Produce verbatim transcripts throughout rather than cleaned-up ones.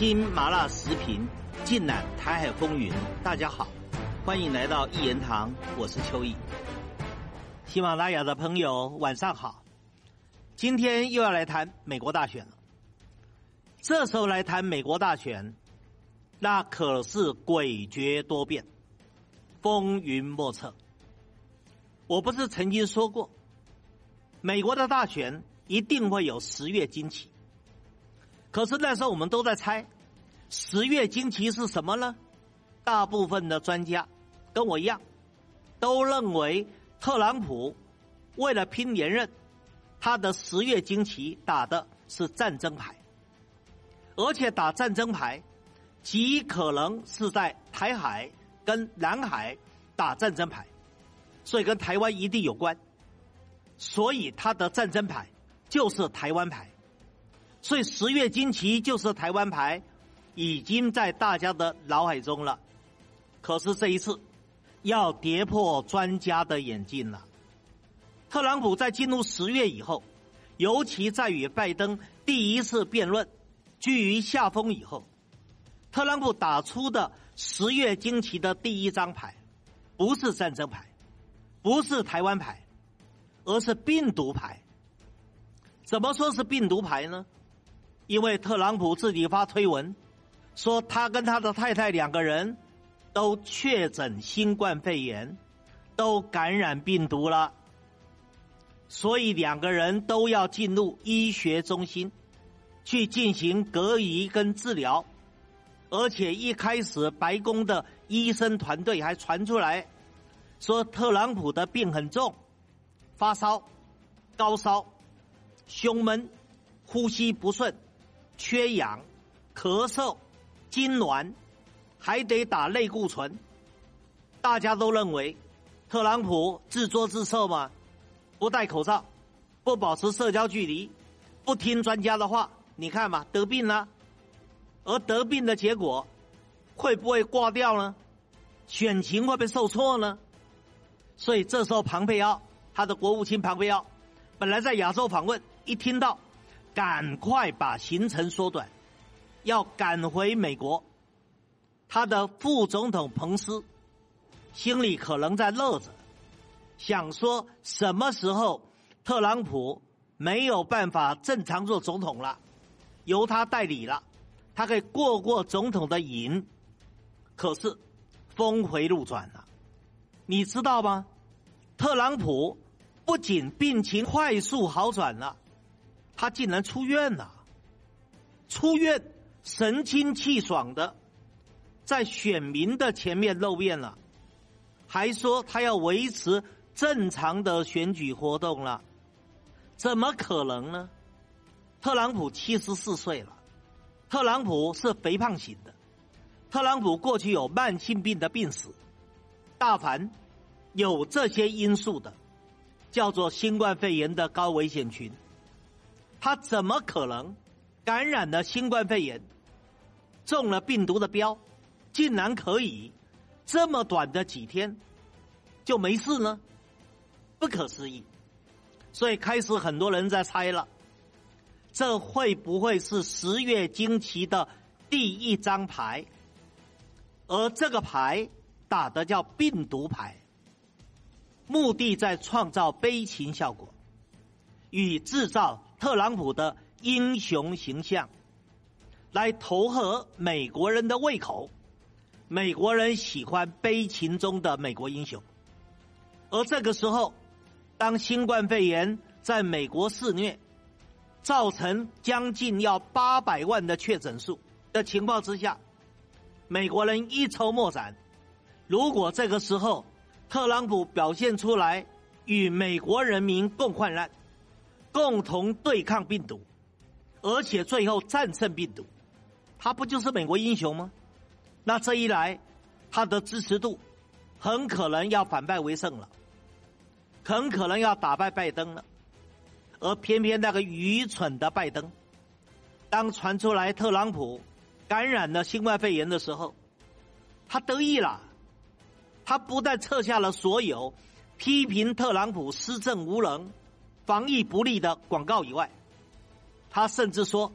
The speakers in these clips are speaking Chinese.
听麻辣时评，尽览台海风云。大家好，欢迎来到一言堂，我是邱毅。喜马拉雅的朋友晚上好，今天又要来谈美国大选了。这时候来谈美国大选，那可是诡谲多变，风云莫测。我不是曾经说过，美国的大选一定会有十月惊奇。可是那时候我们都在猜，十月惊奇是什么呢？大部分的专家跟我一样，都认为特朗普为了拼连任，他的十月惊奇打的是战争牌，而且打战争牌极可能是在台海跟南海打战争牌，所以跟台湾一定有关，所以他的战争牌就是台湾牌。所以十月惊奇就是台湾牌，已经在大家的脑海中了。可是这一次要跌破专家的眼镜了。特朗普在进入十月以后，尤其在与拜登第一次辩论居于下风以后，特朗普打出的十月惊奇的第一张牌不是战争牌，不是台湾牌，而是病毒牌。怎么说是病毒牌呢？因为特朗普自己发推文说，他跟他的太太两个人都确诊新冠肺炎，都感染病毒了，所以两个人都要进入医学中心去进行隔离跟治疗。而且一开始白宫的医生团队还传出来说，特朗普的病很重，发烧、高烧、胸闷、呼吸不顺、缺氧、咳嗽、痉挛，还得打类固醇。大家都认为特朗普自作自受嘛，不戴口罩，不保持社交距离，不听专家的话，你看嘛，得病了。而得病的结果会不会挂掉呢？选情会不会受挫呢？所以这时候庞佩奥，他的国务卿庞佩奥本来在亚洲访问，一听到赶快把行程缩短，要赶回美国。他的副总统彭斯心里可能在乐着，想说什么时候特朗普没有办法正常做总统了，由他代理了，他可以过过总统的瘾。可是峰回路转了，你知道吗？特朗普不仅病情快速好转了，他竟然出院了，出院神清气爽的在选民的前面露面了，还说他要维持正常的选举活动了。怎么可能呢？特朗普七十四岁了，特朗普是肥胖型的，特朗普过去有慢性病的病史，大凡有这些因素的叫做新冠肺炎的高危险群，他怎么可能感染了新冠肺炎，中了病毒的标，竟然可以这么短的几天就没事呢？不可思议。所以开始很多人在猜了，这会不会是十月惊奇的第一张牌？而这个牌打的叫病毒牌，目的在创造悲情效果，与制造特朗普的英雄形象，来投合美国人的胃口。美国人喜欢悲情中的美国英雄。而这个时候，当新冠肺炎在美国肆虐，造成将近要八百万的确诊数的情况之下，美国人一筹莫展。如果这个时候特朗普表现出来与美国人民共患难，共同对抗病毒，而且最后战胜病毒，他不就是美国英雄吗？那这一来，他的支持度很可能要反败为胜了，很可能要打败拜登了。而偏偏那个愚蠢的拜登，当传出来特朗普感染了新冠肺炎的时候，他得意了，他不但撤下了所有批评特朗普施政无能、防疫不力的广告以外，他甚至说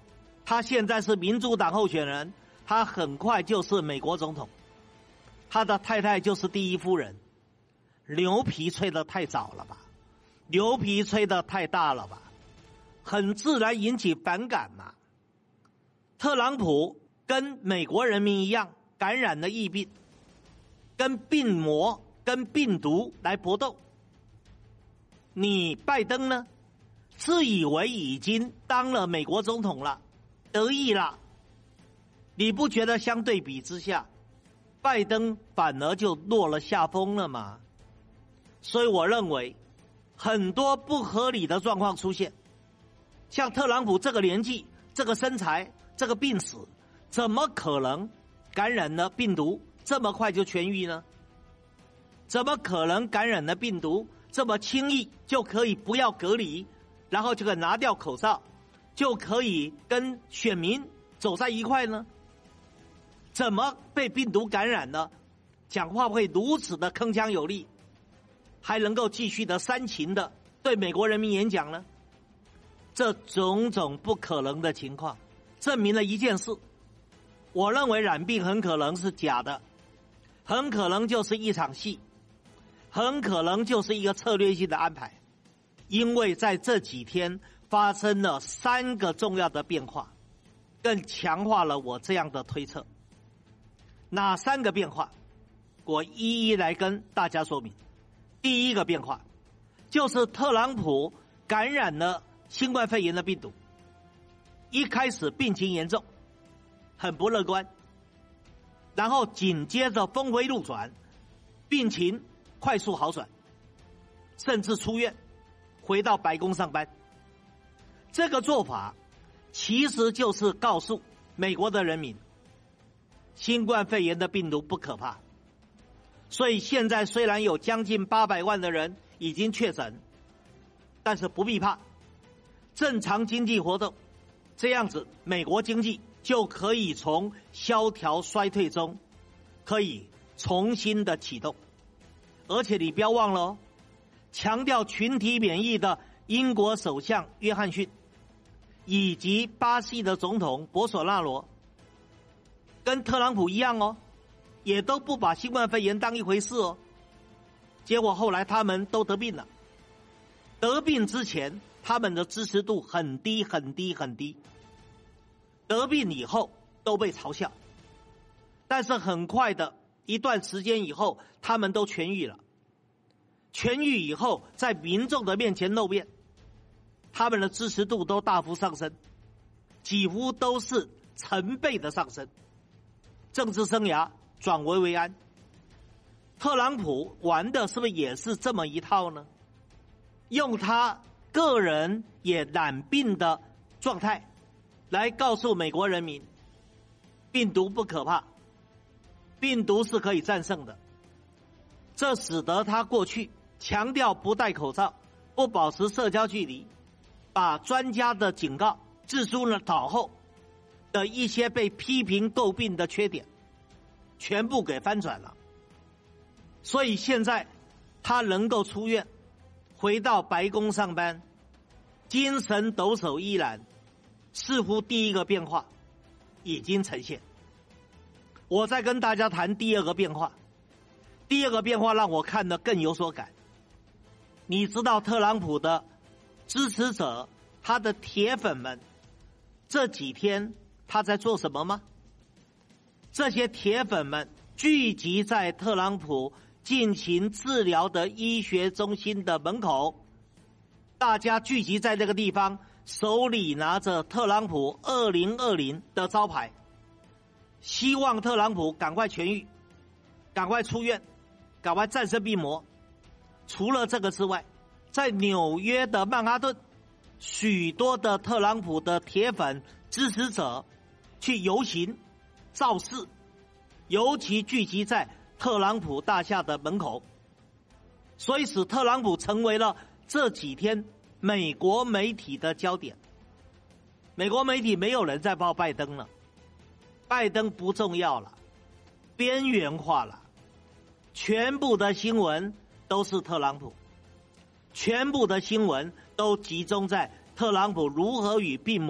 他现在是民主党候选人，他很快就是美国总统，他的太太就是第一夫人。牛皮吹得太早了吧，牛皮吹得太大了吧，很自然引起反感嘛。特朗普跟美国人民一样感染了疫病，跟病魔跟病毒来搏斗。你拜登呢，自以为已经当了美国总统了，得意了，你不觉得相对比之下，拜登反而就落了下风了吗？所以我认为很多不合理的状况出现，像特朗普这个年纪、这个身材、这个病史，怎么可能感染了病毒这么快就痊愈呢？怎么可能感染了病毒这么轻易就可以不要隔离，然后就可以拿掉口罩，就可以跟选民走在一块呢？怎么被病毒感染了，讲话会如此的铿锵有力，还能够继续的煽情的对美国人民演讲呢？这种种不可能的情况，证明了一件事，我认为染病很可能是假的，很可能就是一场戏，很可能就是一个策略性的安排。因为在这几天发生了三个重要的变化，更强化了我这样的推测。哪三个变化？我一一来跟大家说明。第一个变化就是特朗普感染了新冠肺炎的病毒，一开始病情严重，很不乐观，然后紧接着峰回路转，病情快速好转，甚至出院回到白宫上班。这个做法其实就是告诉美国的人民，新冠肺炎的病毒不可怕。所以现在虽然有将近八百万的人已经确诊，但是不必怕，正常经济活动，这样子美国经济就可以从萧条衰退中可以重新的启动。而且你不要忘了哦，强调群体免疫的英国首相约翰逊以及巴西的总统博索纳罗跟特朗普一样哦，也都不把新冠肺炎当一回事哦。结果后来他们都得病了，得病之前他们的支持度很低很低很低，得病以后都被嘲笑，但是很快的一段时间以后他们都痊愈了，痊愈以后在民众的面前露面，他们的支持度都大幅上升，几乎都是成倍的上升，政治生涯转危为安。特朗普玩的是不是也是这么一套呢？用他个人也染病的状态来告诉美国人民，病毒不可怕，病毒是可以战胜的。这使得他过去强调不戴口罩、不保持社交距离，把专家的警告置诸了脑后的一些被批评诟病的缺点全部给翻转了。所以现在他能够出院回到白宫上班，精神抖擞依然，似乎第一个变化已经呈现。我再跟大家谈第二个变化。第二个变化让我看得更有所感。你知道特朗普的支持者，他的铁粉们这几天他在做什么吗？这些铁粉们聚集在特朗普进行治疗的医学中心的门口，大家聚集在这个地方，手里拿着特朗普二零二零的招牌，希望特朗普赶快痊愈，赶快出院，赶快战胜病魔。除了这个之外，在纽约的曼哈顿，许多的特朗普的铁粉支持者去游行造势，尤其聚集在特朗普大厦的门口，所以使特朗普成为了这几天美国媒体的焦点。美国媒体没有人在报拜登了，拜登不重要了，边缘化了，全部的新闻都是特朗普，全部的新闻都集中在特朗普如何与病魔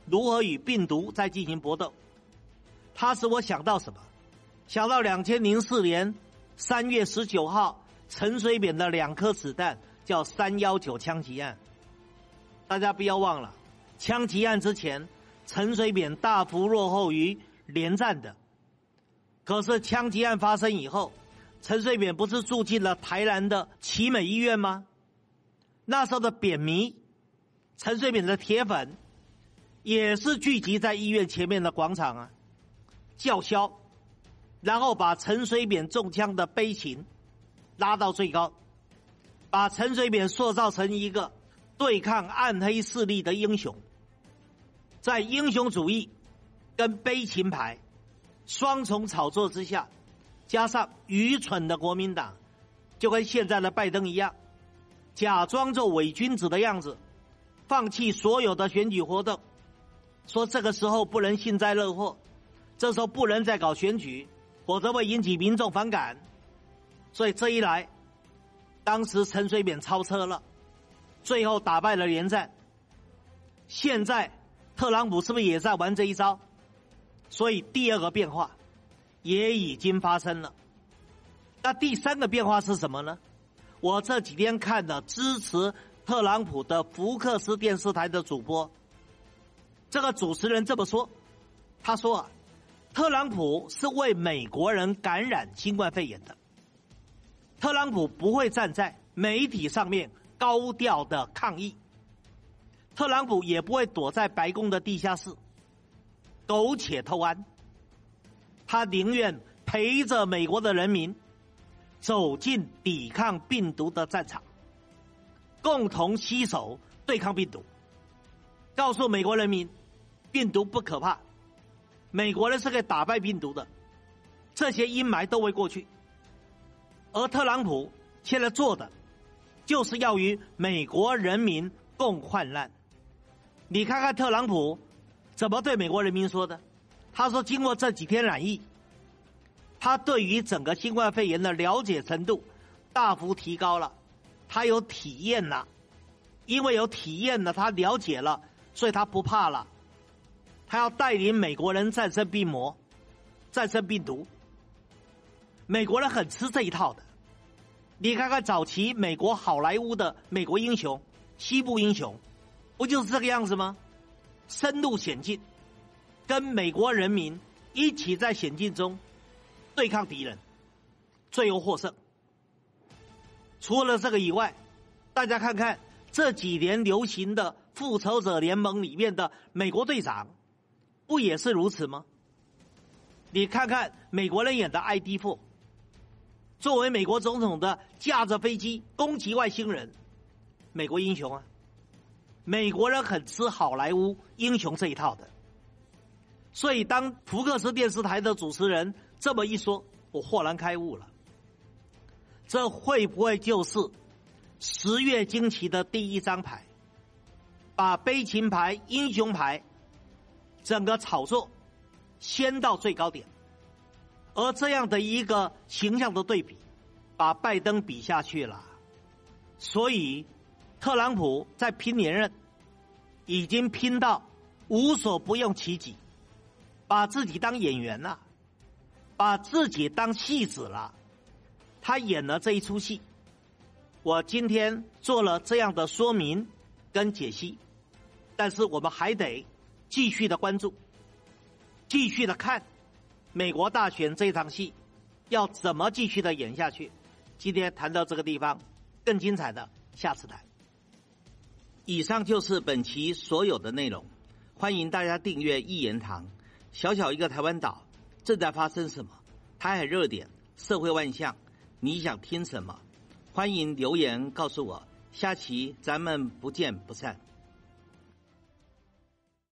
如何与病毒在进行搏斗。它使我想到什么？想到两千零四年三月十九号陈水扁的两颗子弹，叫三一九枪击案。大家不要忘了，枪击案之前，陈水扁大幅落后于连战的。可是枪击案发生以后，陈水扁不是住进了台南的奇美医院吗？那时候的扁迷，陈水扁的铁粉，也是聚集在医院前面的广场啊，叫嚣，然后把陈水扁中枪的悲情拉到最高，把陈水扁塑造成一个对抗暗黑势力的英雄。在英雄主义跟悲情牌双重炒作之下，加上愚蠢的国民党，就跟现在的拜登一样，假装做伪君子的样子，放弃所有的选举活动，说这个时候不能幸灾乐祸，这时候不能再搞选举，否则会引起民众反感。所以这一来，当时陈水扁超车了，最后打败了连战。现在特朗普是不是也在玩这一招？所以第二个变化也已经发生了。那第三个变化是什么呢？我这几天看了支持特朗普的福克斯电视台的主播，这个主持人这么说，他说啊，特朗普是为美国人感染新冠肺炎的，特朗普不会站在媒体上面高调的抗议，特朗普也不会躲在白宫的地下室苟且偷安，他宁愿陪着美国的人民走进抵抗病毒的战场，共同携手对抗病毒，告诉美国人民病毒不可怕，美国人是可以打败病毒的，这些阴霾都会过去。而特朗普现在做的就是要与美国人民共患难。你看看特朗普怎么对美国人民说的，他说经过这几天染疫，他对于整个新冠肺炎的了解程度大幅提高了，他有体验了，因为有体验了，他了解了，所以他不怕了，他要带领美国人战胜病魔，战胜病毒。美国人很吃这一套的，你看看早期美国好莱坞的美国英雄，西部英雄，不就是这个样子吗？深入险境，跟美国人民一起在险境中对抗敌人，最后获胜。除了这个以外，大家看看这几年流行的复仇者联盟里面的美国队长，不也是如此吗？你看看美国人演的 I D 四， 作为美国总统的驾着飞机攻击外星人，美国英雄啊！美国人很吃好莱坞英雄这一套的，所以当福克斯电视台的主持人这么一说，我豁然开悟了。这会不会就是十月惊奇的第一张牌，把悲情牌、英雄牌整个炒作掀到最高点？而这样的一个形象的对比，把拜登比下去了。所以特朗普在拼连任，已经拼到无所不用其极，把自己当演员了，把自己当戏子了。他演了这一出戏，我今天做了这样的说明跟解析，但是我们还得继续的关注，继续的看美国大选这场戏要怎么继续的演下去。今天谈到这个地方，更精彩的下次谈。以上就是本期所有的内容，欢迎大家订阅一言堂。小小一个台湾岛，正在发生什么？台海热点，社会万象，你想听什么？欢迎留言告诉我，下期咱们不见不散。